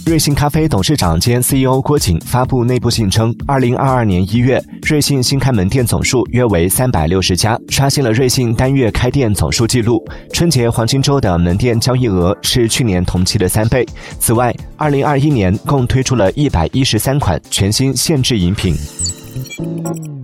瑞幸咖啡董事长兼 CEO 郭景发布内部信称，2022年1月，瑞幸新开门店总数约为360家，刷新了瑞幸单月开店总数纪录。春节黄金周的门店交易额是去年同期的3倍。此外，2021年共推出了113款全新限制饮品。